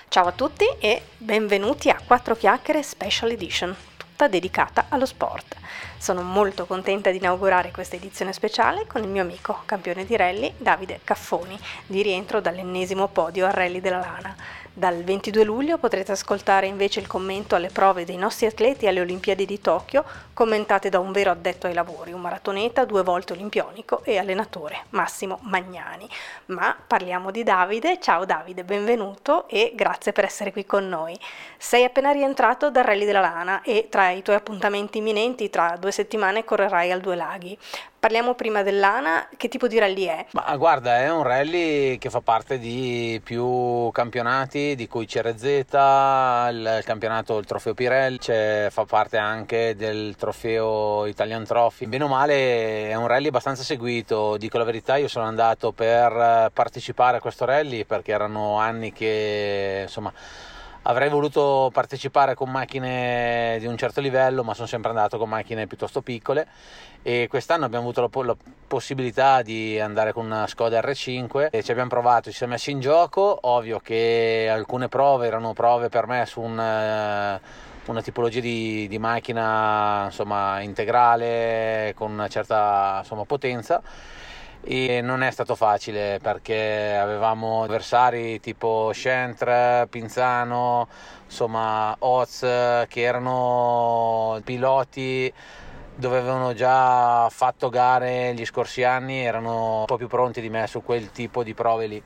Ciao a tutti e benvenuti a Quattro Chiacchiere Special Edition, tutta dedicata allo sport. Sono molto contenta di inaugurare questa edizione speciale con il mio amico, campione di rally, Davide Caffoni, di rientro dall'ennesimo podio al Rally della Lana. Dal 22 luglio potrete ascoltare invece il commento alle prove dei nostri atleti alle Olimpiadi di Tokyo, commentate da un vero addetto ai lavori, un maratoneta 2 volte olimpionico e allenatore, Massimo Magnani. Ma parliamo di Davide. Ciao Davide, benvenuto e grazie per essere qui con noi. Sei appena rientrato dal Rally della Lana e tra i tuoi appuntamenti imminenti tra 2 settimane correrai al Due Laghi. Parliamo prima dell'Lana, che tipo di rally è? Ma guarda, è un rally che fa parte di più campionati, di cui CRZ, il campionato, il trofeo Pirelli, fa parte anche del trofeo Italian Trophy. Bene o male è un rally abbastanza seguito, dico la verità, io sono andato per partecipare a questo rally perché erano anni che insomma avrei voluto partecipare con macchine di un certo livello, ma sono sempre andato con macchine piuttosto piccole e quest'anno abbiamo avuto la possibilità di andare con una Skoda R5 e ci abbiamo provato, ci siamo messi in gioco. Ovvio che alcune prove erano prove per me su una tipologia di macchina insomma integrale con una certa insomma potenza, e non è stato facile perché avevamo avversari tipo Schentre, Pinzano, insomma Oz, che erano piloti dove avevano già fatto gare gli scorsi anni, erano un po' più pronti di me su quel tipo di prove lì.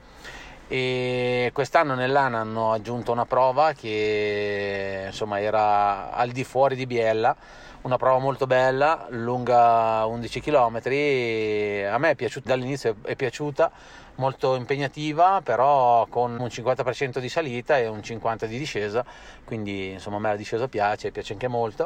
E quest'anno nell'ANA hanno aggiunto una prova che insomma era al di fuori di Biella, una prova molto bella, lunga 11 km. A me è piaciuta dall'inizio, è piaciuta, molto impegnativa, però con un 50% di salita e un 50% di discesa, quindi insomma a me la discesa piace anche molto.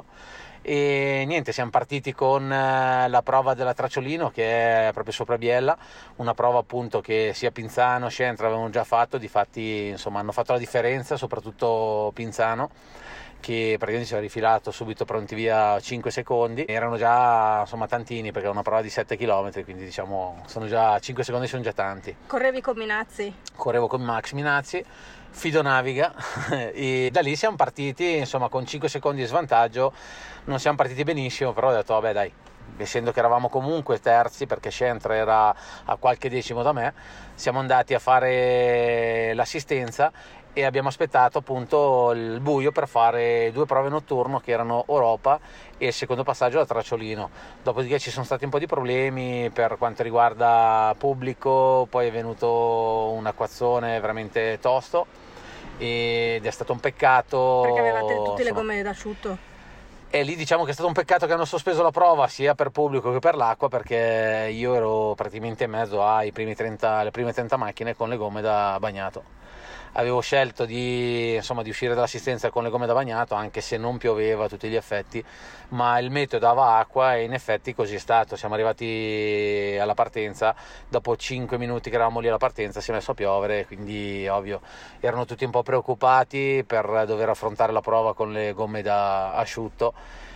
E niente, siamo partiti con la prova della Tracciolino, che è proprio sopra Biella, una prova appunto che sia Pinzano, Scentra avevano già fatto, difatti insomma hanno fatto la differenza, soprattutto Pinzano, che praticamente si era rifilato subito pronti via 5 secondi. Erano già insomma tantini perché è una prova di 7 km, quindi diciamo sono già 5 secondi, sono già tanti. Correvi con Minazzi? Correvo con Max Minazzi, Fido Naviga e da lì siamo partiti insomma con 5 secondi di svantaggio. Non siamo partiti benissimo, però ho detto vabbè dai, essendo che eravamo comunque terzi perché Scentre era a qualche decimo da me, siamo andati a fare l'assistenza e abbiamo aspettato appunto il buio per fare 2 prove notturno che erano Europa e il secondo passaggio da Tracciolino. Dopodiché ci sono stati un po' di problemi per quanto riguarda pubblico, poi è venuto un acquazzone veramente tosto ed è stato un peccato Perché avevate tutte le gomme d'asciutto? E lì diciamo che è stato un peccato che hanno sospeso la prova sia per pubblico che per l'acqua, perché io ero praticamente in mezzo alle prime 30 macchine con le gomme da bagnato. Avevo scelto di uscire dall'assistenza con le gomme da bagnato, anche se non pioveva a tutti gli effetti, ma il meteo dava acqua e in effetti così è stato. Siamo arrivati alla partenza, dopo 5 minuti che eravamo lì alla partenza si è messo a piovere, quindi ovvio erano tutti un po' preoccupati per dover affrontare la prova con le gomme da asciutto.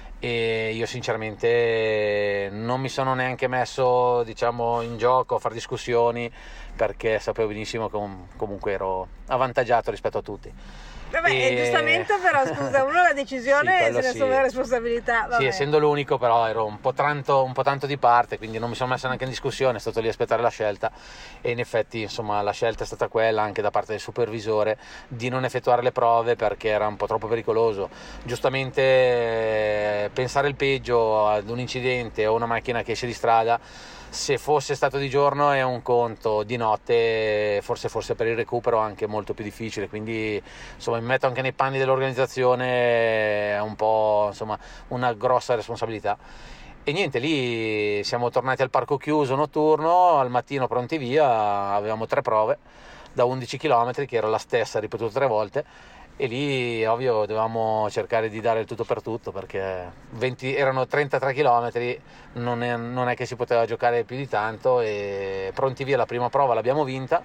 E io sinceramente non mi sono neanche messo diciamo in gioco a fare discussioni, perché sapevo benissimo che comunque ero avvantaggiato rispetto a tutti. Vabbè, giustamente, però scusa, uno la decisione sì, se ne assume la responsabilità. Vabbè. Sì, essendo l'unico, però ero un po' tanto di parte, quindi non mi sono messo neanche in discussione, è stato lì a aspettare la scelta e in effetti insomma la scelta è stata quella anche da parte del supervisore di non effettuare le prove perché era un po' troppo pericoloso. Giustamente pensare il peggio ad un incidente o una macchina che esce di strada, se fosse stato di giorno è un conto, di notte forse per il recupero anche molto più difficile, quindi insomma mi metto anche nei panni dell'organizzazione, è un po' insomma una grossa responsabilità. E niente, lì siamo tornati al parco chiuso notturno, al mattino pronti via, avevamo 3 prove da 11 km che era la stessa ripetuta 3 volte, e lì ovvio dovevamo cercare di dare il tutto per tutto perché erano 33 km, non è che si poteva giocare più di tanto, e pronti via la prima prova l'abbiamo vinta,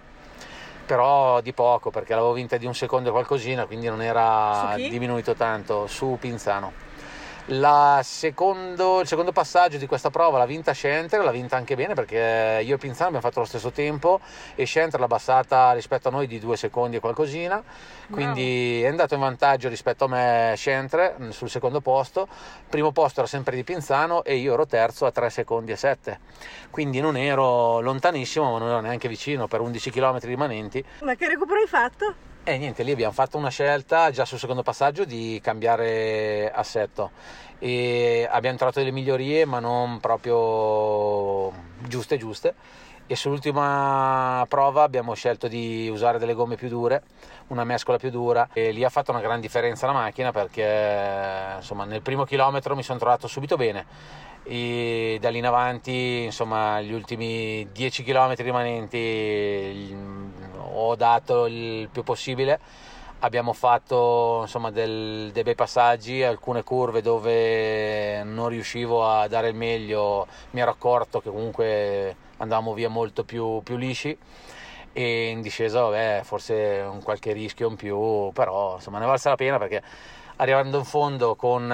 però di poco perché l'avevo vinta di un secondo e qualcosina, quindi non era diminuito tanto, su Pinzano. Il secondo passaggio di questa prova l'ha vinta Scenter, l'ha vinta anche bene perché io e Pinzano abbiamo fatto lo stesso tempo e Scenter l'ha abbassata rispetto a noi di 2 secondi e qualcosina, quindi è andato in vantaggio rispetto a me Scenter sul secondo posto. Primo posto era sempre di Pinzano e io ero terzo a 3 secondi e 7, quindi non ero lontanissimo ma non ero neanche vicino per 11 km rimanenti. Ma che recupero hai fatto? E niente, lì abbiamo fatto una scelta già sul secondo passaggio di cambiare assetto e abbiamo trovato delle migliorie ma non proprio giuste, e sull'ultima prova abbiamo scelto di usare delle gomme più dure, una mescola più dura, e lì ha fatto una gran differenza la macchina perché insomma nel primo chilometro mi sono trovato subito bene e da lì in avanti insomma gli ultimi 10 km rimanenti ho dato il più possibile. Abbiamo fatto insomma dei bei passaggi, alcune curve dove non riuscivo a dare il meglio, mi ero accorto che comunque andavamo via molto più lisci, e in discesa vabbè forse un qualche rischio in più, però insomma ne valsa la pena perché arrivando in fondo con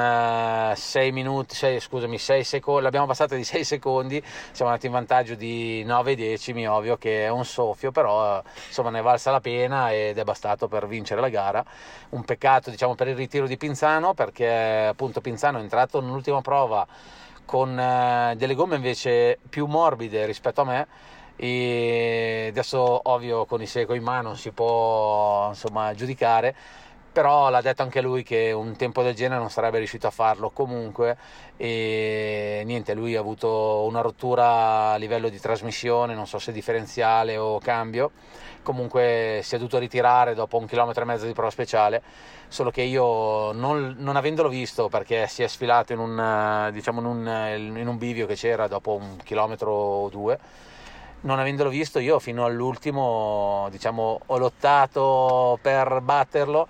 6 secondi, l'abbiamo passata di 6 secondi, siamo andati in vantaggio di 9 decimi, ovvio che è un soffio, però insomma ne valsa la pena ed è bastato per vincere la gara. Un peccato diciamo per il ritiro di Pinzano, perché appunto Pinzano è entrato nell'ultima prova con delle gomme invece più morbide rispetto a me, e adesso ovvio con i seco in mano si può insomma giudicare, però l'ha detto anche lui che un tempo del genere non sarebbe riuscito a farlo comunque, e niente, lui ha avuto una rottura a livello di trasmissione, non so se differenziale o cambio, comunque si è dovuto ritirare dopo 1,5 km di prova speciale, solo che io non avendolo visto, perché si è sfilato in un bivio che c'era dopo 1 chilometro o 2, non avendolo visto io fino all'ultimo diciamo ho lottato per batterlo,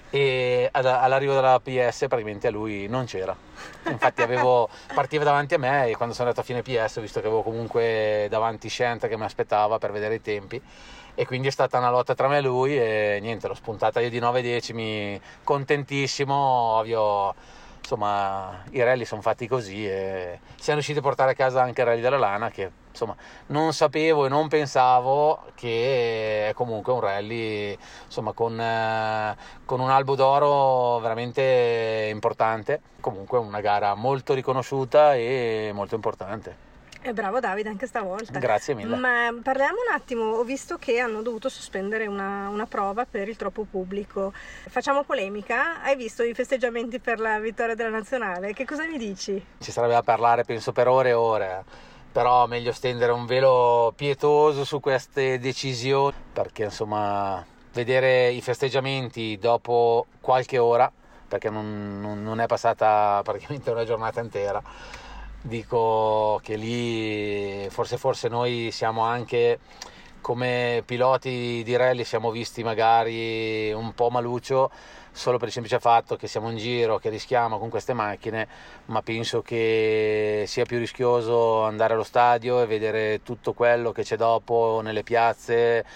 e all'arrivo della PS praticamente a lui non c'era, infatti partiva davanti a me, e quando sono andato a fine PS ho visto che avevo comunque davanti Scent che mi aspettava per vedere i tempi, e quindi è stata una lotta tra me e lui e niente, l'ho spuntata io di 9 decimi, contentissimo, ovvio. Insomma, i rally sono fatti così e siamo riusciti a portare a casa anche il rally della Lana, che insomma non sapevo e non pensavo che è comunque un rally insomma con un albo d'oro veramente importante, comunque una gara molto riconosciuta e molto importante. Bravo Davide anche stavolta. Grazie mille. Ma parliamo un attimo, ho visto che hanno dovuto sospendere una prova per il troppo pubblico. Facciamo polemica? Hai visto i festeggiamenti per la vittoria della nazionale? Che cosa mi dici? Ci sarebbe da parlare penso per ore e ore, però meglio stendere un velo pietoso su queste decisioni, perché insomma vedere i festeggiamenti dopo qualche ora, perché non è passata praticamente una giornata intera, dico che lì forse noi siamo anche come piloti di rally, siamo visti magari un po' maluccio solo per il semplice fatto che siamo in giro, che rischiamo con queste macchine, ma penso che sia più rischioso andare allo stadio e vedere tutto quello che c'è dopo nelle piazze,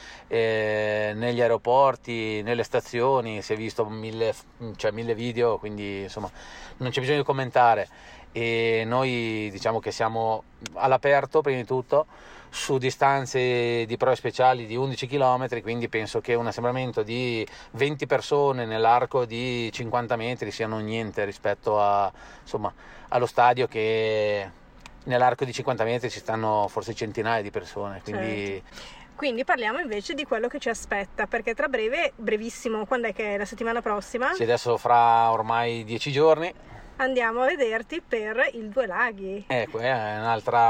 negli aeroporti, nelle stazioni. Si è visto mille video, quindi insomma non c'è bisogno di commentare, e noi diciamo che siamo all'aperto prima di tutto su distanze di prove speciali di 11 km, quindi penso che un assembramento di 20 persone nell'arco di 50 metri siano niente rispetto allo stadio, che nell'arco di 50 metri ci stanno forse centinaia di persone, quindi... Certo. Quindi parliamo invece di quello che ci aspetta, perché tra brevissimo, quando è che è la settimana prossima? Sì, adesso fra ormai 10 giorni andiamo a vederti per il Due Laghi. È un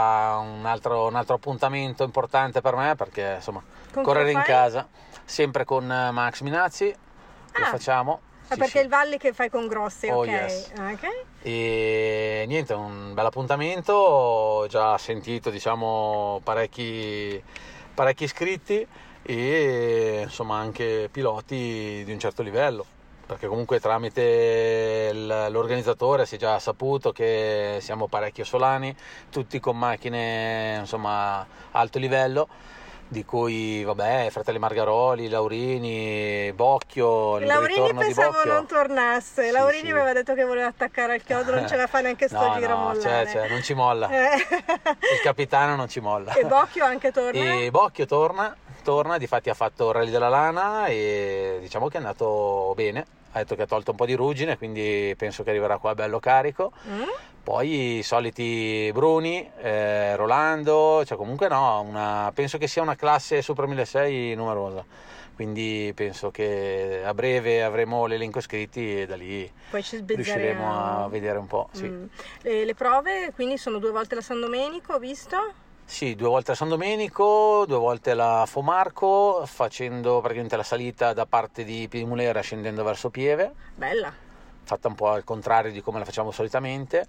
altro appuntamento importante per me, perché insomma correre in casa sempre con Max Minazzi, lo facciamo. Perché sì. Il Valli che fai con Grossi, oh, ok. Yes. Okay. E niente, un bel appuntamento, ho già sentito diciamo parecchi iscritti e insomma anche piloti di un certo livello, perché comunque tramite l'organizzatore si è già saputo che siamo parecchio solani, tutti con macchine insomma alto livello, di cui vabbè, Fratelli Margaroli, Laurini, Bocchio, il Laurini ritorno di pensavo Bocchio. non tornasse, Sì, Laurini sì. aveva detto che voleva attaccare al chiodo, non ce la fa neanche sto giro a mollare. C'è, non ci molla, il capitano non ci molla. E Bocchio anche torna? E Bocchio torna, difatti ha fatto il Rally della Lana e diciamo che è andato bene, ha detto che ha tolto un po' di ruggine, quindi penso che arriverà qua bello carico. Poi i soliti Bruni, Rolando, cioè comunque penso che sia una classe Super 1600 numerosa, quindi penso che a breve avremo l'elenco iscritti e da lì poi ci riusciremo a vedere un po'. Sì. Le prove quindi sono 2 volte la San Domenico, ho visto? Sì, 2 volte a San Domenico, 2 volte la Fomarco, facendo praticamente la salita da parte di Piedimulera scendendo verso Pieve. Bella. Fatta un po' al contrario di come la facciamo solitamente,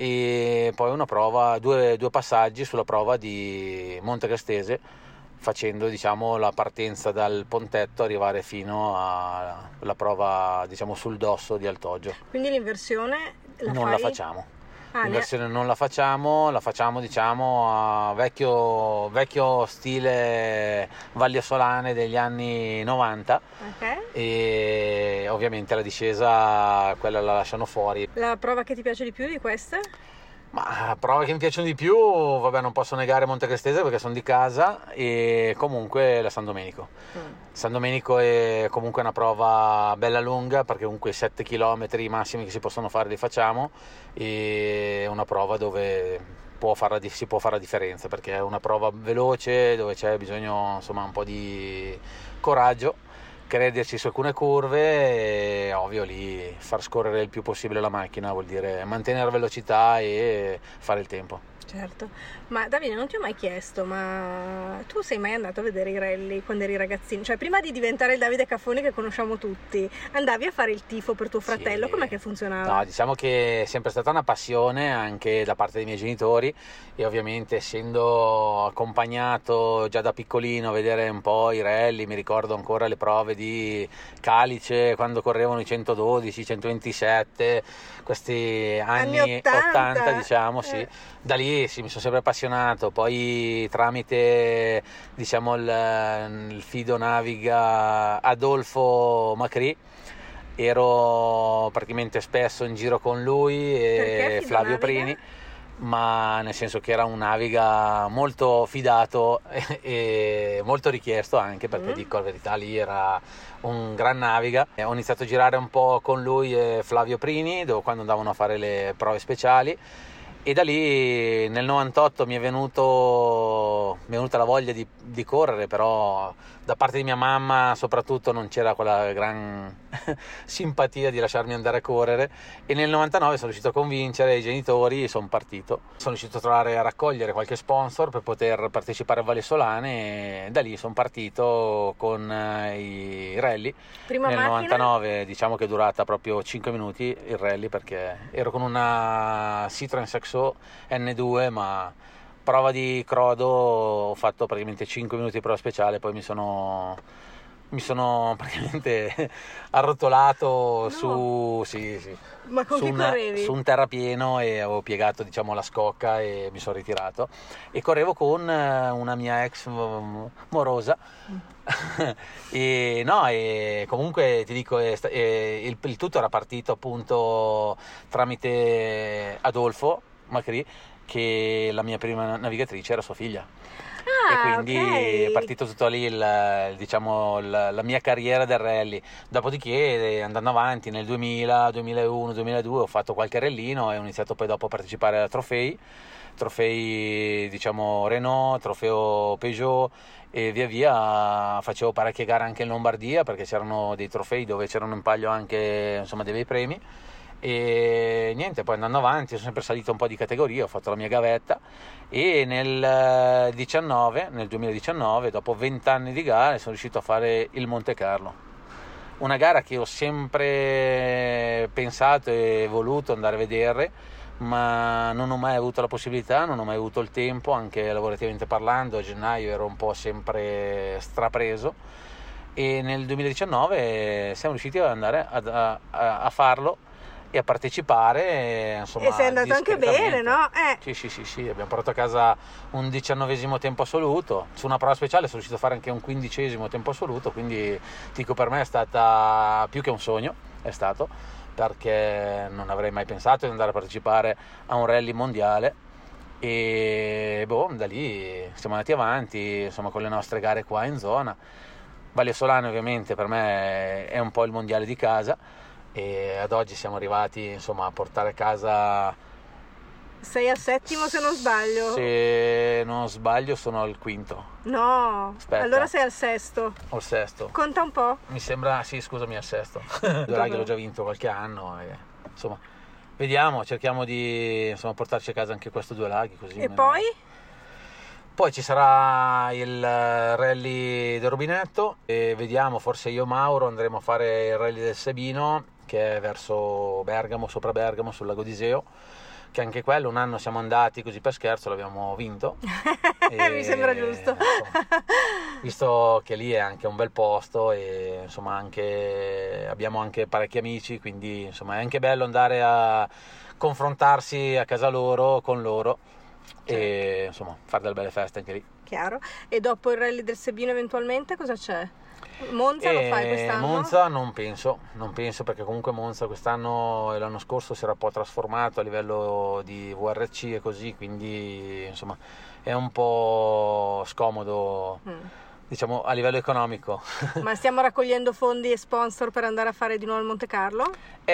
e poi una prova, due passaggi sulla prova di Monte Castese, facendo diciamo la partenza dal pontetto, arrivare fino alla prova diciamo sul dosso di Altoggio. Quindi l'inversione la facciamo. L'inversione non la facciamo diciamo a vecchio stile Valli Assolane degli anni 90. Okay. E ovviamente la discesa quella la lasciano fuori. La prova che ti piace di più di queste? Ma prove che mi piacciono di più, vabbè, non posso negare Monte Castese perché sono di casa, e comunque la San Domenico. San Domenico è comunque una prova bella lunga, perché comunque 7 km massimi che si possono fare li facciamo, e è una prova dove si può fare la differenza, perché è una prova veloce dove c'è bisogno insomma un po' di coraggio, crederci su alcune curve, e ovvio lì far scorrere il più possibile la macchina vuol dire mantenere velocità e fare il tempo. Certo, ma Davide, non ti ho mai chiesto, ma tu sei mai andato a vedere i rally quando eri ragazzino? Cioè, prima di diventare il Davide Caffoni che conosciamo tutti, andavi a fare il tifo per tuo fratello? Sì. Com'è che funzionava? No, diciamo che è sempre stata una passione anche da parte dei miei genitori, e ovviamente essendo accompagnato già da piccolino a vedere un po' i rally, mi ricordo ancora le prove di Calice quando correvano i 112, 127, questi anni 80 diciamo, sì. Da lì sì, mi sono sempre appassionato, poi tramite diciamo il Fido Naviga Adolfo Macri ero praticamente spesso in giro con lui e Flavio Naviga? Prini, ma nel senso che era un naviga molto fidato e molto richiesto anche perché dico la verità, lì era un gran naviga. Ho iniziato a girare un po' con lui e Flavio Prini quando andavano a fare le prove speciali, e da lì nel 98 mi è venuta la voglia di correre, però da parte di mia mamma soprattutto non c'era quella gran simpatia di lasciarmi andare a correre, e nel 99 sono riuscito a convincere i genitori e sono partito. Sono riuscito a raccogliere qualche sponsor per poter partecipare a Valli Assolane, e da lì sono partito con i rally. Prima nel macchina? 99 diciamo che è durata proprio 5 minuti il rally, perché ero con una Citroen Saxo N2, ma prova di crodo ho fatto praticamente 5 minuti di prova speciale, poi mi sono praticamente arrotolato su Ma con chi correvi? su un terrapieno, e avevo piegato diciamo la scocca e mi sono ritirato, e correvo con una mia ex morosa. E comunque ti dico il tutto era partito appunto tramite Adolfo Macri, che la mia prima navigatrice era sua figlia. E quindi è partito tutto lì la mia carriera del rally. Dopodiché andando avanti nel 2000, 2001, 2002 ho fatto qualche rallino e ho iniziato poi dopo a partecipare a trofei diciamo Renault, trofeo Peugeot, e via via facevo parecchie gare anche in Lombardia, perché c'erano dei trofei dove c'erano in palio anche insomma dei bei premi. E niente, poi andando avanti sono sempre salito un po' di categoria, ho fatto la mia gavetta, e nel 2019 dopo 20 anni di gare sono riuscito a fare il Monte Carlo, una gara che ho sempre pensato e voluto andare a vedere, ma non ho mai avuto la possibilità, non ho mai avuto il tempo, anche lavorativamente parlando. A gennaio ero un po' sempre strapreso, e nel 2019 siamo riusciti ad andare a farlo. e a partecipare, insomma, e sei andato anche bene, no? Sì, abbiamo portato a casa un 19° tempo assoluto, su una prova speciale sono riuscito a fare anche un 15° tempo assoluto, quindi dico, per me è stata più che un sogno, è stato, perché non avrei mai pensato di andare a partecipare a un rally mondiale, e da lì siamo andati avanti, insomma, con le nostre gare qua in zona. Vallesolane ovviamente per me è un po' il mondiale di casa, e ad oggi siamo arrivati, insomma, a portare a casa. Sei al 7° se non sbaglio. Se non sbaglio sono al 5°. No, aspetta, allora sei al 6°. O il 6°. Conta un po'. Mi sembra, sì, scusami, al 6°. 2 laghi l'ho già vinto qualche anno, e, insomma, vediamo, cerchiamo di, insomma, portarci a casa anche questo 2 laghi, così. E poi? Poi ci sarà il rally del Rubinetto, e vediamo, forse io e Mauro andremo a fare il rally del Sabino, che è verso Bergamo, sopra Bergamo, sul lago d'Iseo, che anche quello un anno siamo andati così per scherzo, l'abbiamo vinto. Mi sembra giusto. Insomma, visto che lì è anche un bel posto, e insomma abbiamo anche parecchi amici, quindi insomma è anche bello andare a confrontarsi a casa loro, con loro, e insomma fare delle belle feste anche lì. Chiaro. E dopo il rally del Sabino eventualmente cosa c'è? Monza lo fai quest'anno? Monza non penso, perché comunque Monza quest'anno e l'anno scorso si era un po' trasformato a livello di VRC e così, quindi insomma è un po' scomodo, diciamo, a livello economico. Ma stiamo raccogliendo fondi e sponsor per andare a fare di nuovo il Monte Carlo?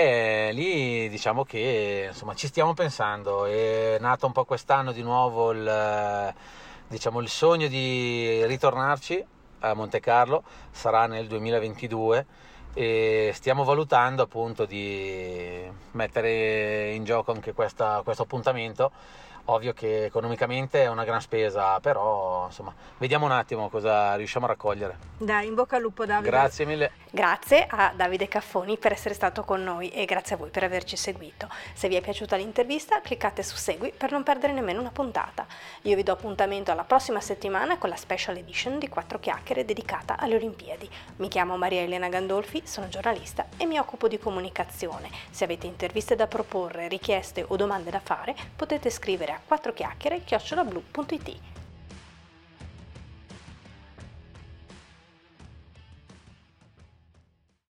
Lì diciamo che, insomma, ci stiamo pensando. È nato un po' quest'anno di nuovo il sogno di ritornarci a Monte Carlo, sarà nel 2022, e stiamo valutando appunto di mettere in gioco anche questo appuntamento. Ovvio che economicamente è una gran spesa, però insomma vediamo un attimo cosa riusciamo a raccogliere. Dai, in bocca al lupo, Davide. Grazie mille. Grazie a Davide Caffoni per essere stato con noi, e grazie a voi per averci seguito. Se vi è piaciuta l'intervista, cliccate su segui per non perdere nemmeno una puntata. Io vi do appuntamento alla prossima settimana con la special edition di 4 chiacchiere dedicata alle Olimpiadi. Mi chiamo Maria Elena Gandolfi, sono giornalista e mi occupo di comunicazione. Se avete interviste da proporre, richieste o domande da fare, potete scrivere a 4chiacchiere@blu.it.